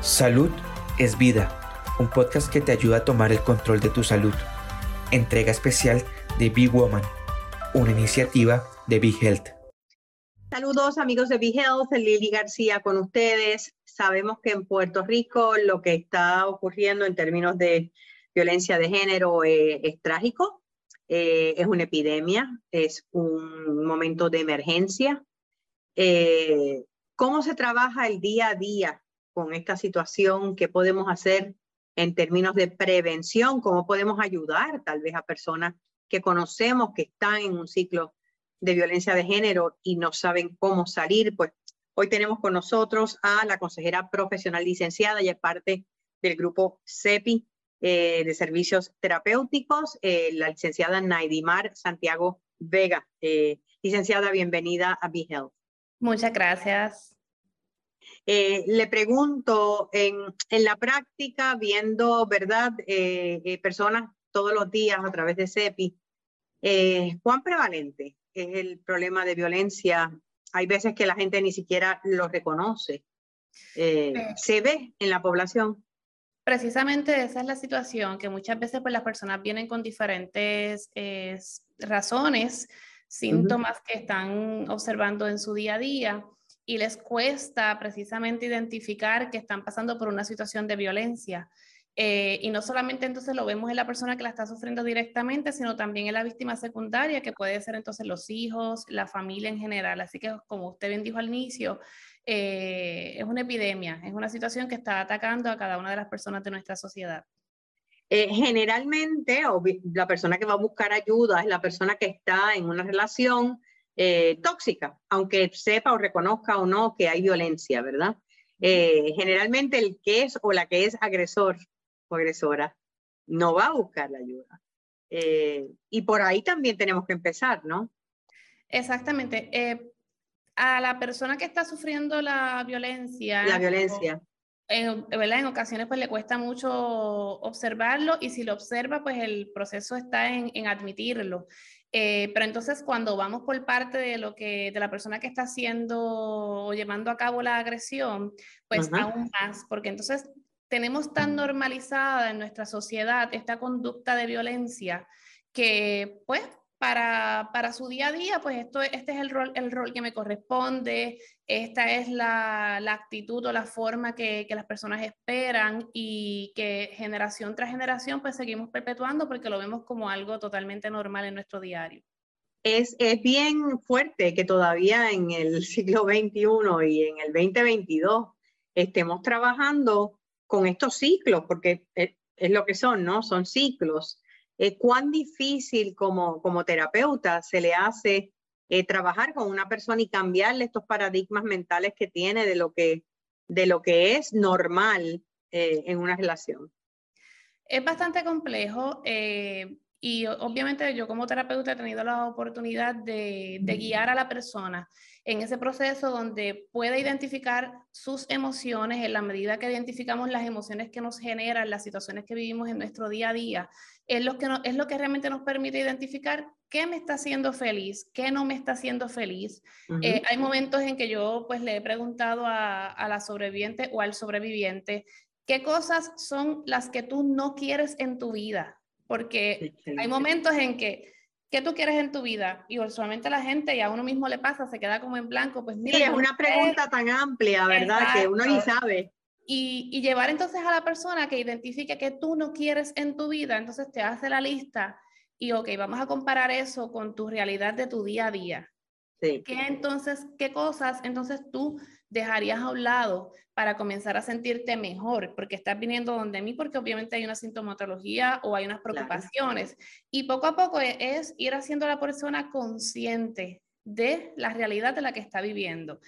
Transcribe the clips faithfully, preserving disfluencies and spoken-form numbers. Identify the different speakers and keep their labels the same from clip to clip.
Speaker 1: Salud es vida, un podcast que te ayuda a tomar el control de tu salud. Entrega especial de Be Woman, una iniciativa de Be Health.
Speaker 2: Saludos amigos de Be Health, Lili García con ustedes. Sabemos que en Puerto Rico lo que está ocurriendo en términos de violencia de género eh, es trágico, eh, es una epidemia, es un momento de emergencia. Eh, ¿Cómo se trabaja el día a día con esta situación? ¿Qué podemos hacer en términos de prevención? ¿Cómo podemos ayudar tal vez a personas que conocemos que están en un ciclo de violencia de género y no saben cómo salir? Pues hoy tenemos con nosotros a la consejera profesional licenciada y es parte del grupo CEPI eh, de servicios terapéuticos, eh, la licenciada Naidimar Santiago Vega. Eh, licenciada, bienvenida a Be Health.
Speaker 3: Muchas gracias.
Speaker 2: Eh, le pregunto, en, en la práctica, viendo, ¿verdad?, eh, eh, personas todos los días a través de CEPI, eh, ¿cuán prevalente es el problema de violencia? Hay veces que la gente ni siquiera lo reconoce. Eh, ¿Se ve en la población?
Speaker 3: Precisamente esa es la situación, que muchas veces pues, las personas vienen con diferentes eh, razones, síntomas uh-huh. que están observando en su día a día y les cuesta precisamente identificar que están pasando por una situación de violencia. Eh, y no solamente entonces lo vemos en la persona que la está sufriendo directamente, sino también en la víctima secundaria, que puede ser entonces los hijos, la familia en general. Así que, como usted bien dijo al inicio, eh, es una epidemia, es una situación que está atacando a cada una de las personas de nuestra sociedad.
Speaker 2: Eh, generalmente, la persona que va a buscar ayuda es la persona que está en una relación eh, tóxica, aunque sepa o reconozca o no que hay violencia, ¿verdad? Eh, generalmente el que es o la que es agresor o agresora no va a buscar la ayuda. Eh, y por ahí también tenemos que empezar, ¿no?
Speaker 3: Exactamente. Eh, a la persona que está sufriendo la violencia.
Speaker 2: La violencia.
Speaker 3: En, ¿verdad? En ocasiones pues le cuesta mucho observarlo y si lo observa pues el proceso está en, en admitirlo. Eh, pero entonces cuando vamos por parte de lo que de la persona que está haciendo o llevando a cabo la agresión, pues uh-huh. aún más, porque entonces tenemos tan normalizada en nuestra sociedad esta conducta de violencia que pues Para, para su día a día, pues esto, este es el rol, el rol que me corresponde, esta es la, la actitud o la forma que, que las personas esperan y que generación tras generación pues seguimos perpetuando porque lo vemos como algo totalmente normal en nuestro diario.
Speaker 2: Es, es bien fuerte que todavía en el siglo veintiuno y en el veinte veintidós estemos trabajando con estos ciclos, porque es, es lo que son, ¿no? Son ciclos. Eh, ¿Cuán difícil como, como terapeuta se le hace eh, trabajar con una persona y cambiarle estos paradigmas mentales que tiene de lo que, de lo que es normal eh, en una relación?
Speaker 3: Es bastante complejo eh, y obviamente yo como terapeuta he tenido la oportunidad de, de guiar a la persona en ese proceso donde pueda identificar sus emociones en la medida que identificamos las emociones que nos generan, las situaciones que vivimos en nuestro día a día. Es lo que, no, es lo que realmente nos permite identificar qué me está haciendo feliz, qué no me está haciendo feliz. Uh-huh. Eh, hay momentos en que yo pues le he preguntado a, a la sobreviviente o al sobreviviente qué cosas son las que tú no quieres en tu vida, porque Excelente. Hay momentos en que ¿qué tú quieres en tu vida? Y usualmente la gente, y a uno mismo le pasa, se queda como en blanco. Pues mira,
Speaker 2: sí, es una pregunta es... tan amplia, ¿verdad? Exacto. Que uno ni sabe.
Speaker 3: Y, y llevar entonces a la persona que identifique que tú no quieres en tu vida, entonces te hace la lista y ok, vamos a comparar eso con tu realidad de tu día a día.
Speaker 2: Sí.
Speaker 3: ¿Qué entonces, qué cosas entonces tú dejarías a un lado para comenzar a sentirte mejor? Porque estás viniendo donde mí, porque obviamente hay una sintomatología o hay unas preocupaciones. Claro. Y poco a poco es, es ir haciendo a la persona consciente de la realidad de la que está viviendo.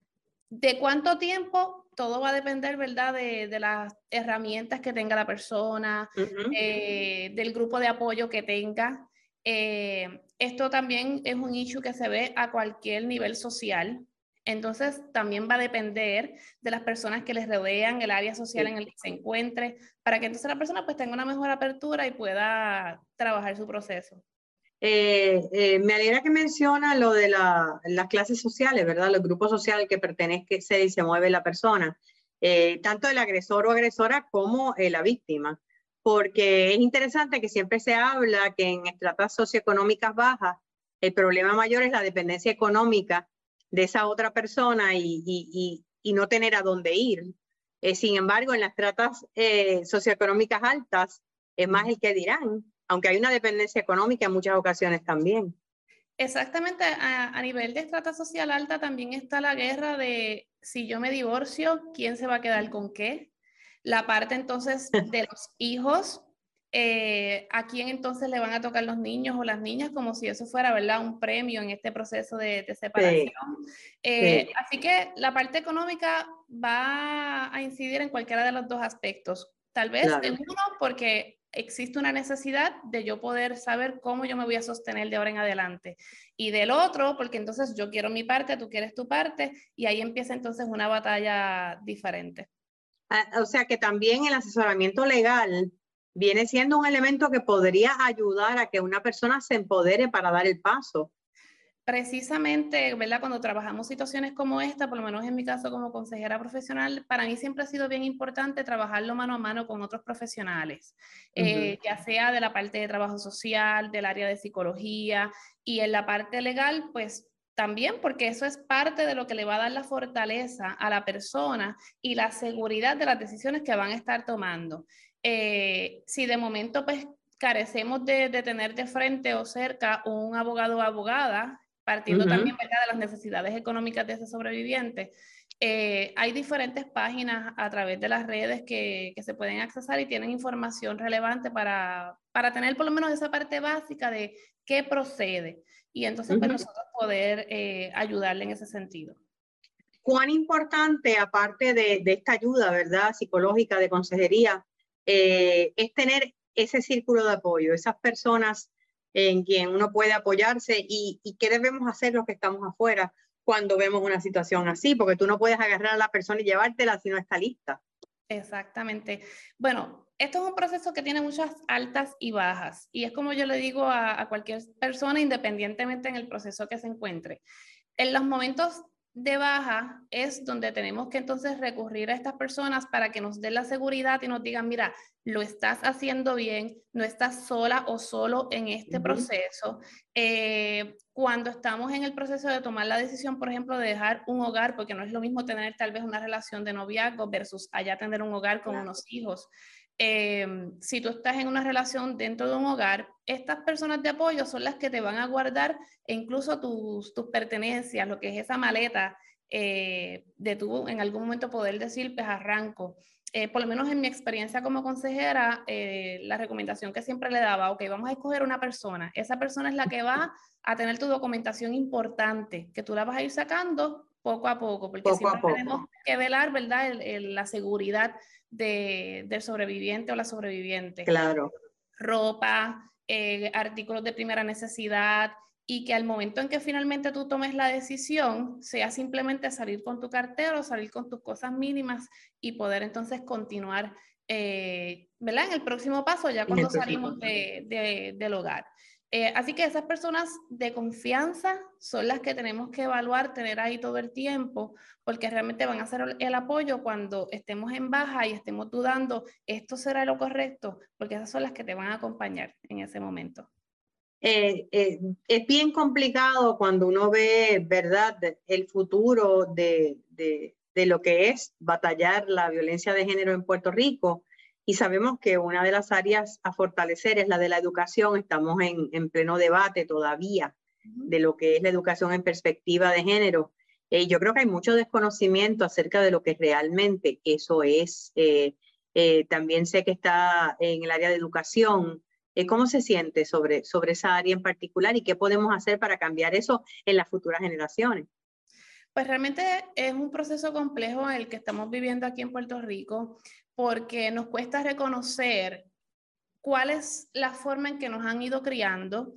Speaker 3: ¿De cuánto tiempo? Todo va a depender, ¿verdad? De, de las herramientas que tenga la persona, uh-huh. eh, del grupo de apoyo que tenga. Eh, esto también es un issue que se ve a cualquier nivel social. Entonces, también va a depender de las personas que les rodean, el área social sí. en el que se encuentre, para que entonces la persona pues tenga una mejor apertura y pueda trabajar su proceso.
Speaker 2: Eh, eh, me alegra que menciona lo de la, las clases sociales, ¿verdad? Los grupos sociales que pertenece, que se, se mueve la persona. eh, tanto el agresor o agresora como eh, la víctima. Porque es interesante que siempre se habla que en estratas socioeconómicas bajas el problema mayor es la dependencia económica de esa otra persona y, y, y, y no tener a dónde ir. Eh, sin embargo, en las estratas eh, socioeconómicas altas es más el que dirán, aunque hay una dependencia económica en muchas ocasiones también.
Speaker 3: Exactamente, a, a nivel de estrata social alta también está la guerra de si yo me divorcio, ¿quién se va a quedar con qué? La parte entonces de los hijos, eh, ¿a quién entonces le van a tocar los niños o las niñas? Como si eso fuera, ¿verdad? Un premio en este proceso de, de separación.
Speaker 2: Sí,
Speaker 3: Eh,
Speaker 2: sí.
Speaker 3: Así que la parte económica va a incidir en cualquiera de los dos aspectos. Tal vez
Speaker 2: Claro.
Speaker 3: en uno porque existe una necesidad de yo poder saber cómo yo me voy a sostener de ahora en adelante. Y del otro, porque entonces yo quiero mi parte, tú quieres tu parte, y ahí empieza entonces una batalla diferente.
Speaker 2: Ah, o sea que también el asesoramiento legal viene siendo un elemento que podría ayudar a que una persona se empodere para dar el paso.
Speaker 3: Precisamente, ¿verdad? Cuando trabajamos situaciones como esta, por lo menos en mi caso como consejera profesional, para mí siempre ha sido bien importante trabajarlo mano a mano con otros profesionales, eh,
Speaker 2: Uh-huh.
Speaker 3: ya sea de la parte de trabajo social, del área de psicología y en la parte legal, pues también porque eso es parte de lo que le va a dar la fortaleza a la persona y la seguridad de las decisiones que van a estar tomando. Eh, si de momento pues carecemos de, de tener de frente o cerca un abogado o abogada, partiendo
Speaker 2: Uh-huh.
Speaker 3: también, ¿verdad?, de las necesidades económicas de ese sobreviviente. Eh, hay diferentes páginas a través de las redes que, que se pueden accesar y tienen información relevante para, para tener por lo menos esa parte básica de qué procede y entonces uh-huh. pues nosotros poder eh, ayudarle en ese sentido.
Speaker 2: ¿Cuán importante, aparte de, de esta ayuda, verdad, psicológica, de consejería, eh, es tener ese círculo de apoyo, esas personas en quien uno puede apoyarse y, y qué debemos hacer los que estamos afuera cuando vemos una situación así? Porque tú no puedes agarrar a la persona y llevártela si no está lista.
Speaker 3: Exactamente. Bueno, esto es un proceso que tiene muchas altas y bajas y es como yo le digo a, a cualquier persona independientemente en el proceso que se encuentre. En los momentos de baja es donde tenemos que entonces recurrir a estas personas para que nos den la seguridad y nos digan, mira, lo estás haciendo bien, no estás sola o solo en este uh-huh. proceso. Eh, cuando estamos en el proceso de tomar la decisión, por ejemplo, de dejar un hogar, porque no es lo mismo tener tal vez una relación de noviazgo versus allá tener un hogar con claro. unos hijos. Eh, si tú estás en una relación dentro de un hogar, estas personas de apoyo son las que te van a guardar e incluso tus, tus pertenencias, lo que es esa maleta eh, de tú en algún momento poder decir, pues arranco. Eh, por lo menos en mi experiencia como consejera, eh, la recomendación que siempre le daba, ok, vamos a escoger una persona, esa persona es la que va a tener tu documentación importante, que tú la vas a ir sacando poco a poco, porque
Speaker 2: poco
Speaker 3: siempre
Speaker 2: a poco.
Speaker 3: tenemos que velar, ¿verdad?, el, el, la seguridad de, del sobreviviente o la sobreviviente.
Speaker 2: Claro.
Speaker 3: Ropa, eh, artículos de primera necesidad, y que al momento en que finalmente tú tomes la decisión, sea simplemente salir con tu cartera o salir con tus cosas mínimas y poder entonces continuar, eh, ¿verdad?, en el próximo paso, ya cuando salimos de, de, del hogar. Eh, así que esas personas de confianza son las que tenemos que evaluar, tener ahí todo el tiempo, porque realmente van a hacer el apoyo cuando estemos en baja y estemos dudando, ¿esto será lo correcto? Porque esas son las que te van a acompañar en ese momento.
Speaker 2: Eh, eh, es bien complicado cuando uno ve, ¿verdad?, el futuro de, de, de lo que es batallar la violencia de género en Puerto Rico. Y sabemos que una de las áreas a fortalecer es la de la educación. Estamos en, en pleno debate todavía de lo que es la educación en perspectiva de género. Eh, yo creo que hay mucho desconocimiento acerca de lo que realmente eso es. Eh, eh, también sé que está en el área de educación. Eh, ¿Cómo se siente sobre, sobre esa área en particular y qué podemos hacer para cambiar eso en las futuras generaciones?
Speaker 3: Pues realmente es un proceso complejo el que estamos viviendo aquí en Puerto Rico, porque nos cuesta reconocer cuál es la forma en que nos han ido criando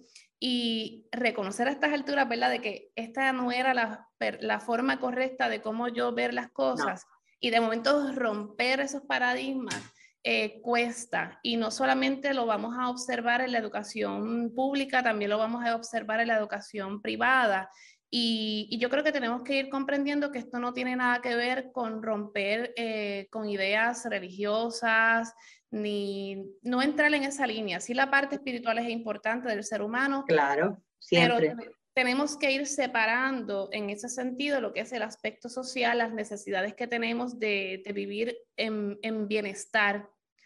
Speaker 3: y reconocer a estas alturas, ¿verdad?, de que esta no era la, la forma correcta de cómo yo ver las cosas. No. Y de momento romper esos paradigmas eh, cuesta. Y no solamente lo vamos a observar en la educación pública, también lo vamos a observar en la educación privada. Y, y yo creo que tenemos que ir comprendiendo que esto no tiene nada que ver con romper eh, con ideas religiosas, ni no entrar en esa línea. Sí, la parte espiritual es importante del ser humano.
Speaker 2: Claro,
Speaker 3: siempre.
Speaker 2: Pero
Speaker 3: tenemos que ir separando en ese sentido lo que es el aspecto social, las necesidades que tenemos de, de vivir en, en bienestar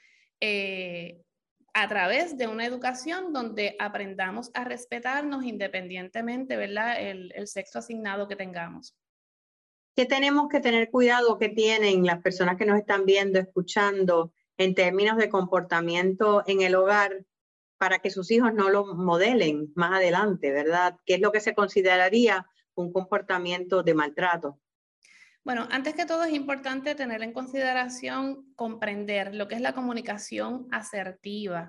Speaker 3: eh, a través de una educación donde aprendamos a respetarnos independientemente, ¿verdad?, el, el sexo asignado que tengamos.
Speaker 2: ¿Qué tenemos que tener cuidado que tienen las personas que nos están viendo, escuchando, en términos de comportamiento en el hogar para que sus hijos no lo modelen más adelante, ¿verdad? ¿Qué es lo que se consideraría un comportamiento de maltrato?
Speaker 3: Bueno, antes que todo es importante tener en consideración comprender lo que es la comunicación asertiva.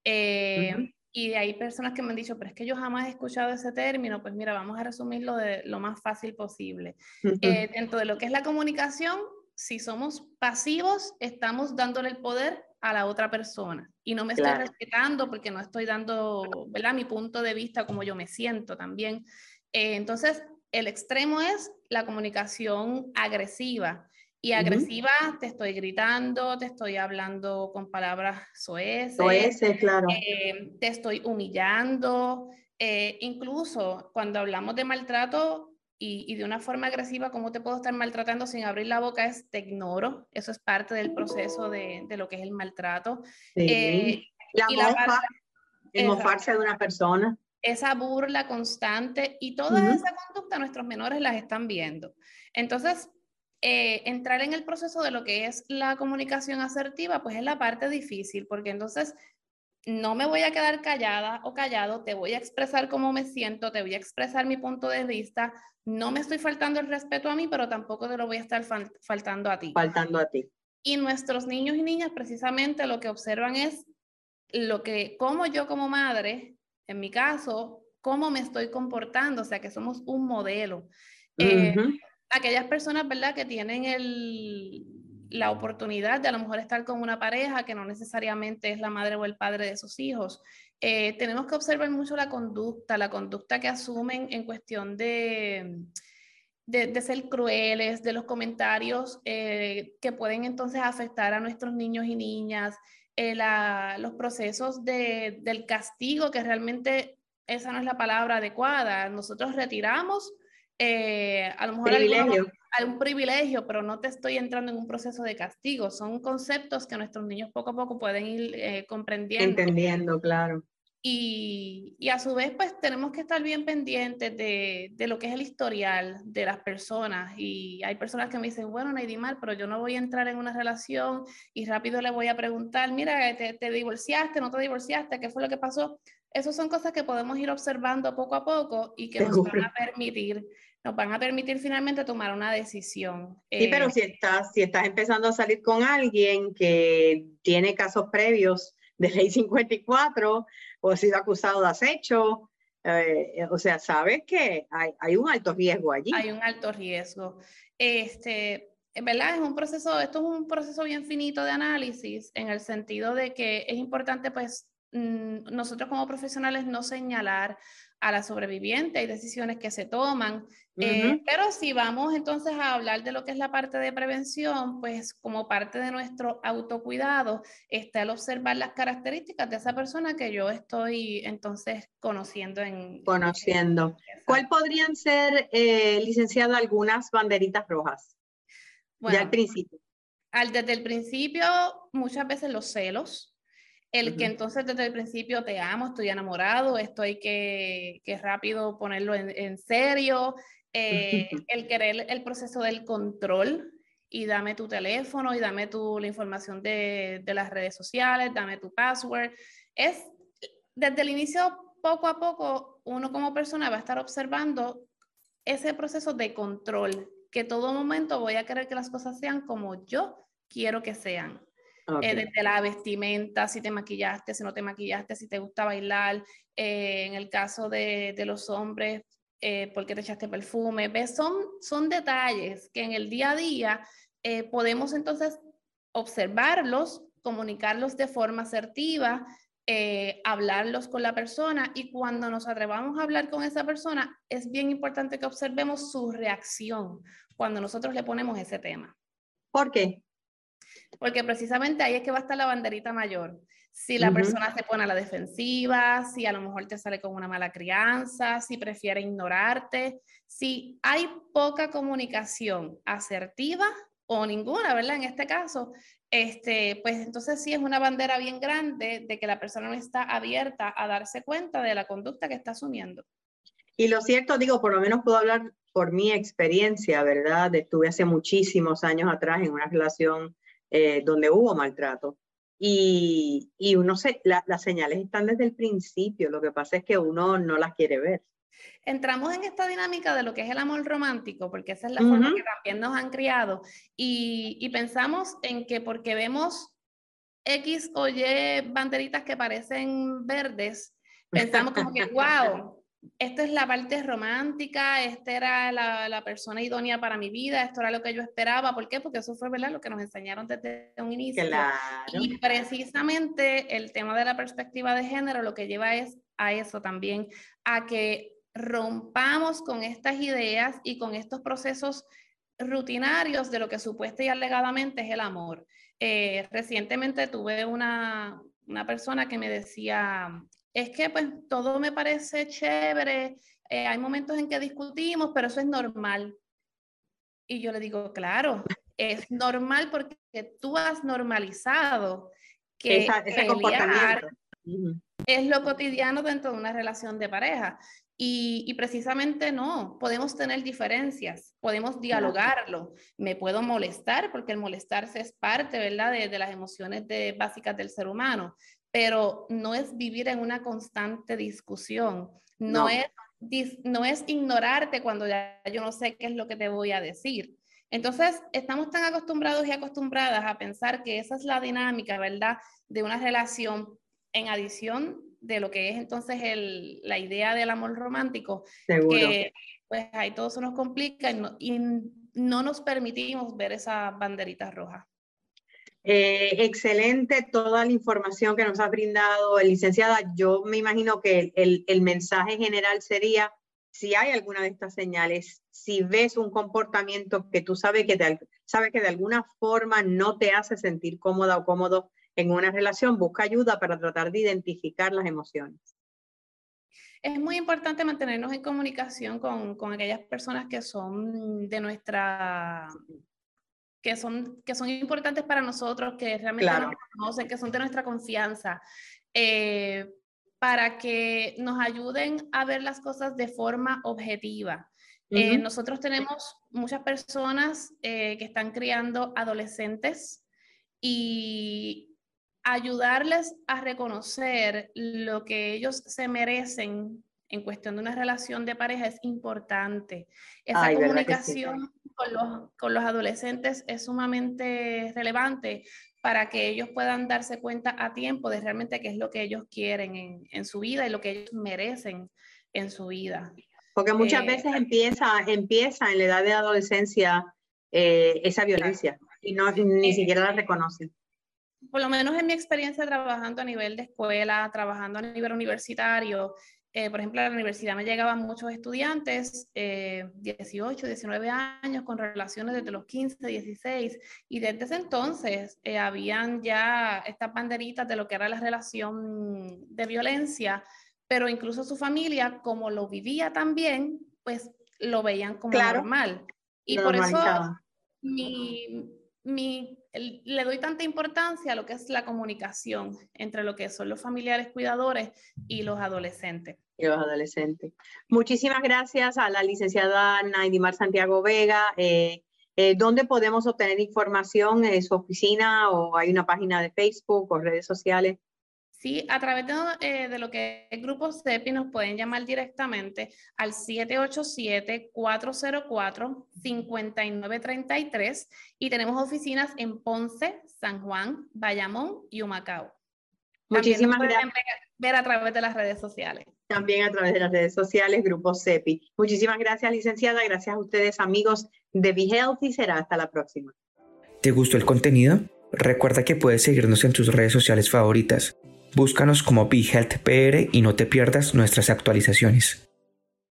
Speaker 3: Eh, uh-huh. Y hay personas que me han dicho, pero es que yo jamás he escuchado ese término. Pues mira, vamos a resumirlo de lo más fácil posible. Uh-huh. Eh, dentro de lo que es la comunicación, si somos pasivos, estamos dándole el poder a la otra persona. Y no me estoy claro. respetando porque no estoy dando, ¿verdad?, mi punto de vista, como yo me siento también. Eh, entonces, el extremo es la comunicación agresiva. Y agresiva, uh-huh. te estoy gritando, te estoy hablando con palabras soeces.
Speaker 2: Soeces, claro.
Speaker 3: Eh, te estoy humillando. Eh, incluso cuando hablamos de maltrato y, y de una forma agresiva, ¿cómo te puedo estar maltratando sin abrir la boca? Es te ignoro. Eso es parte del proceso de, de lo que es el maltrato.
Speaker 2: Sí.
Speaker 3: Eh,
Speaker 2: la
Speaker 3: y
Speaker 2: mofa,
Speaker 3: la,
Speaker 2: el mofarse de una persona.
Speaker 3: Esa burla constante y toda uh-huh. esa conducta nuestros menores las están viendo. Entonces, eh, entrar en el proceso de lo que es la comunicación asertiva, pues es la parte difícil, porque entonces no me voy a quedar callada o callado, te voy a expresar cómo me siento, te voy a expresar mi punto de vista, no me estoy faltando el respeto a mí, pero tampoco te lo voy a estar fal- faltando a ti.
Speaker 2: Faltando a ti.
Speaker 3: Y nuestros niños y niñas precisamente lo que observan es lo que, cómo yo como madre, en mi caso, cómo me estoy comportando, o sea, que somos un modelo. Eh, uh-huh. Aquellas personas, ¿verdad?, que tienen el, la oportunidad de a lo mejor estar con una pareja que no necesariamente es la madre o el padre de sus hijos, eh, tenemos que observar mucho la conducta, la conducta que asumen en cuestión de... De, de ser crueles, de los comentarios eh, que pueden entonces afectar a nuestros niños y niñas, eh, la, los procesos de, del castigo, que realmente esa no es la palabra adecuada. Nosotros retiramos eh, a lo mejor
Speaker 2: privilegio.
Speaker 3: algún privilegio, pero no te estoy entrando en un proceso de castigo. Son conceptos que nuestros niños poco a poco pueden ir eh, comprendiendo.
Speaker 2: Entendiendo, claro.
Speaker 3: Y, y a su vez, pues tenemos que estar bien pendientes de, de lo que es el historial de las personas. Y hay personas que me dicen, bueno, Neidimar, pero yo no voy a entrar en una relación y rápido le voy a preguntar, mira, ¿te, te divorciaste, no te divorciaste? ¿Qué fue lo que pasó? Esas son cosas que podemos ir observando poco a poco y que nos van a permitir, nos van a permitir finalmente tomar una decisión.
Speaker 2: Sí,
Speaker 3: eh,
Speaker 2: pero si estás, si estás empezando a salir con alguien que tiene casos previos de ley cincuenta y cuatro o ha sido acusado de acecho, eh, o sea, sabes que hay, hay un alto riesgo allí.
Speaker 3: Hay un alto riesgo. Este, ¿verdad? Es un proceso, esto es un proceso bien finito de análisis en el sentido de que es importante, pues, mmm, nosotros como profesionales no señalar a la sobreviviente, hay decisiones que se toman, uh-huh. eh, pero si vamos entonces a hablar de lo que es la parte de prevención, pues como parte de nuestro autocuidado está el observar las características de esa persona que yo estoy entonces conociendo. En,
Speaker 2: conociendo. En, ¿Cuál podrían ser, eh, licenciada, algunas banderitas rojas? Bueno, ya al principio.
Speaker 3: Al, desde el principio, muchas veces los celos. El uh-huh. que entonces desde el principio te amo, estoy enamorado, esto hay que, que rápido ponerlo en, en serio, eh, uh-huh. el querer el proceso del control y dame tu teléfono y dame tu, la información de, de las redes sociales, dame tu password. Es desde el inicio, poco a poco, uno como persona va a estar observando ese proceso de control, que todo momento voy a querer que las cosas sean como yo quiero que sean. Okay. Eh, desde la vestimenta, si te maquillaste, si no te maquillaste, si te gusta bailar, eh, en el caso de, de los hombres, eh, por qué te echaste perfume, ¿ves? Son, son detalles que en el día a día eh, podemos entonces observarlos, comunicarlos de forma asertiva, eh, hablarlos con la persona, y cuando nos atrevamos a hablar con esa persona, es bien importante que observemos su reacción cuando nosotros le ponemos ese tema.
Speaker 2: ¿Por qué?
Speaker 3: Porque precisamente ahí es que va a estar la banderita mayor. Si la uh-huh. persona se pone a la defensiva, si a lo mejor te sale con una mala crianza, si prefiere ignorarte, si hay poca comunicación asertiva o ninguna, ¿verdad? En este caso, este, pues entonces sí es una bandera bien grande de que la persona no está abierta a darse cuenta de la conducta que está asumiendo.
Speaker 2: Y lo cierto, digo, por lo menos puedo hablar por mi experiencia, ¿verdad? Estuve hace muchísimos años atrás en una relación eh, donde hubo maltrato. Y, y uno se, la, las señales están desde el principio, lo que pasa es que uno no las quiere ver.
Speaker 3: Entramos en esta dinámica de lo que es el amor romántico, porque esa es la uh-huh. forma que también nos han criado, y, y pensamos en que porque vemos X o Y banderitas que parecen verdes, pensamos como que, wow, esta es la parte romántica, esta era la, la persona idónea para mi vida, esto era lo que yo esperaba. ¿Por qué? Porque eso fue, ¿verdad?, lo que nos enseñaron desde un inicio.
Speaker 2: Claro.
Speaker 3: Y precisamente el tema de la perspectiva de género lo que lleva es a eso también, a que rompamos con estas ideas y con estos procesos rutinarios de lo que supuesta y alegadamente es el amor. Eh, recientemente tuve una, una persona que me decía, es que pues todo me parece chévere, eh, hay momentos en que discutimos, pero eso es normal. Y yo le digo, claro, es normal porque tú has normalizado que
Speaker 2: Esa, ese
Speaker 3: pelear uh-huh. es lo cotidiano dentro de una relación de pareja. Y, y precisamente no, podemos tener diferencias, podemos dialogarlo. Me puedo molestar porque el molestarse es parte, ¿verdad?, de, de las emociones de, básicas del ser humano, pero no es vivir en una constante discusión, no, no. Es, no es ignorarte cuando ya yo no sé qué es lo que te voy a decir. Entonces, estamos tan acostumbrados y acostumbradas a pensar que esa es la dinámica, ¿verdad?, de una relación, en adición de lo que es entonces el, la idea del amor romántico.
Speaker 2: Seguro.
Speaker 3: Que pues ahí todo se nos complica y no, y no nos permitimos ver esas banderitas rojas.
Speaker 2: Eh, excelente toda la información que nos ha brindado, licenciada. Yo me imagino que el, el mensaje general sería, si hay alguna de estas señales, si ves un comportamiento que tú sabes que, de, sabes que de alguna forma no te hace sentir cómoda o cómodo en una relación, busca ayuda para tratar de identificar las emociones.
Speaker 3: Es muy importante mantenernos en comunicación con, con aquellas personas que son de nuestra... Que son, que son importantes para nosotros, que realmente claro. nos conocen, que son de nuestra confianza, eh, para que nos ayuden a ver las cosas de forma objetiva. Uh-huh. eh, nosotros tenemos muchas personas eh, que están criando adolescentes, y ayudarles a reconocer lo que ellos se merecen en cuestión de una relación de pareja es importante. Esa Ay, comunicación sí. con, los, con los adolescentes es sumamente relevante para que ellos puedan darse cuenta a tiempo de realmente qué es lo que ellos quieren en, en su vida y lo que ellos merecen en su vida.
Speaker 2: Porque muchas eh, veces empieza, empieza en la edad de adolescencia eh, esa violencia y no, ni eh, siquiera la reconocen.
Speaker 3: Por lo menos en mi experiencia trabajando a nivel de escuela, trabajando a nivel universitario, Eh, por ejemplo, a la universidad me llegaban muchos estudiantes, eh, dieciocho, diecinueve años, con relaciones desde los quince, dieciséis, y desde ese entonces eh, habían ya estas banderitas de lo que era la relación de violencia, pero incluso su familia, como lo vivía también, pues lo veían como claro. normal. Y por eso mi, mi, el, le doy tanta importancia a lo que es la comunicación entre lo que son los familiares cuidadores y los adolescentes.
Speaker 2: Y los adolescentes. Muchísimas gracias a la licenciada Naidimar Santiago Vega. Eh, eh, ¿Dónde podemos obtener información? ¿En su oficina o hay una página de Facebook o redes sociales?
Speaker 3: Sí, a través de, eh, de lo que es Grupo CEPI nos pueden llamar directamente al siete ocho siete, cuatro cero cuatro, cinco nueve tres tres y tenemos oficinas en Ponce, San Juan, Bayamón y Humacao.
Speaker 2: Muchísimas gracias.
Speaker 3: Ver a través de las redes sociales.
Speaker 2: También a través de las redes sociales, Grupo CEPI. Muchísimas gracias, licenciada. Gracias a ustedes, amigos de Be Healthy. Será hasta la próxima.
Speaker 1: ¿Te gustó el contenido? Recuerda que puedes seguirnos en tus redes sociales favoritas. Búscanos como BeHealth P R y no te pierdas nuestras actualizaciones.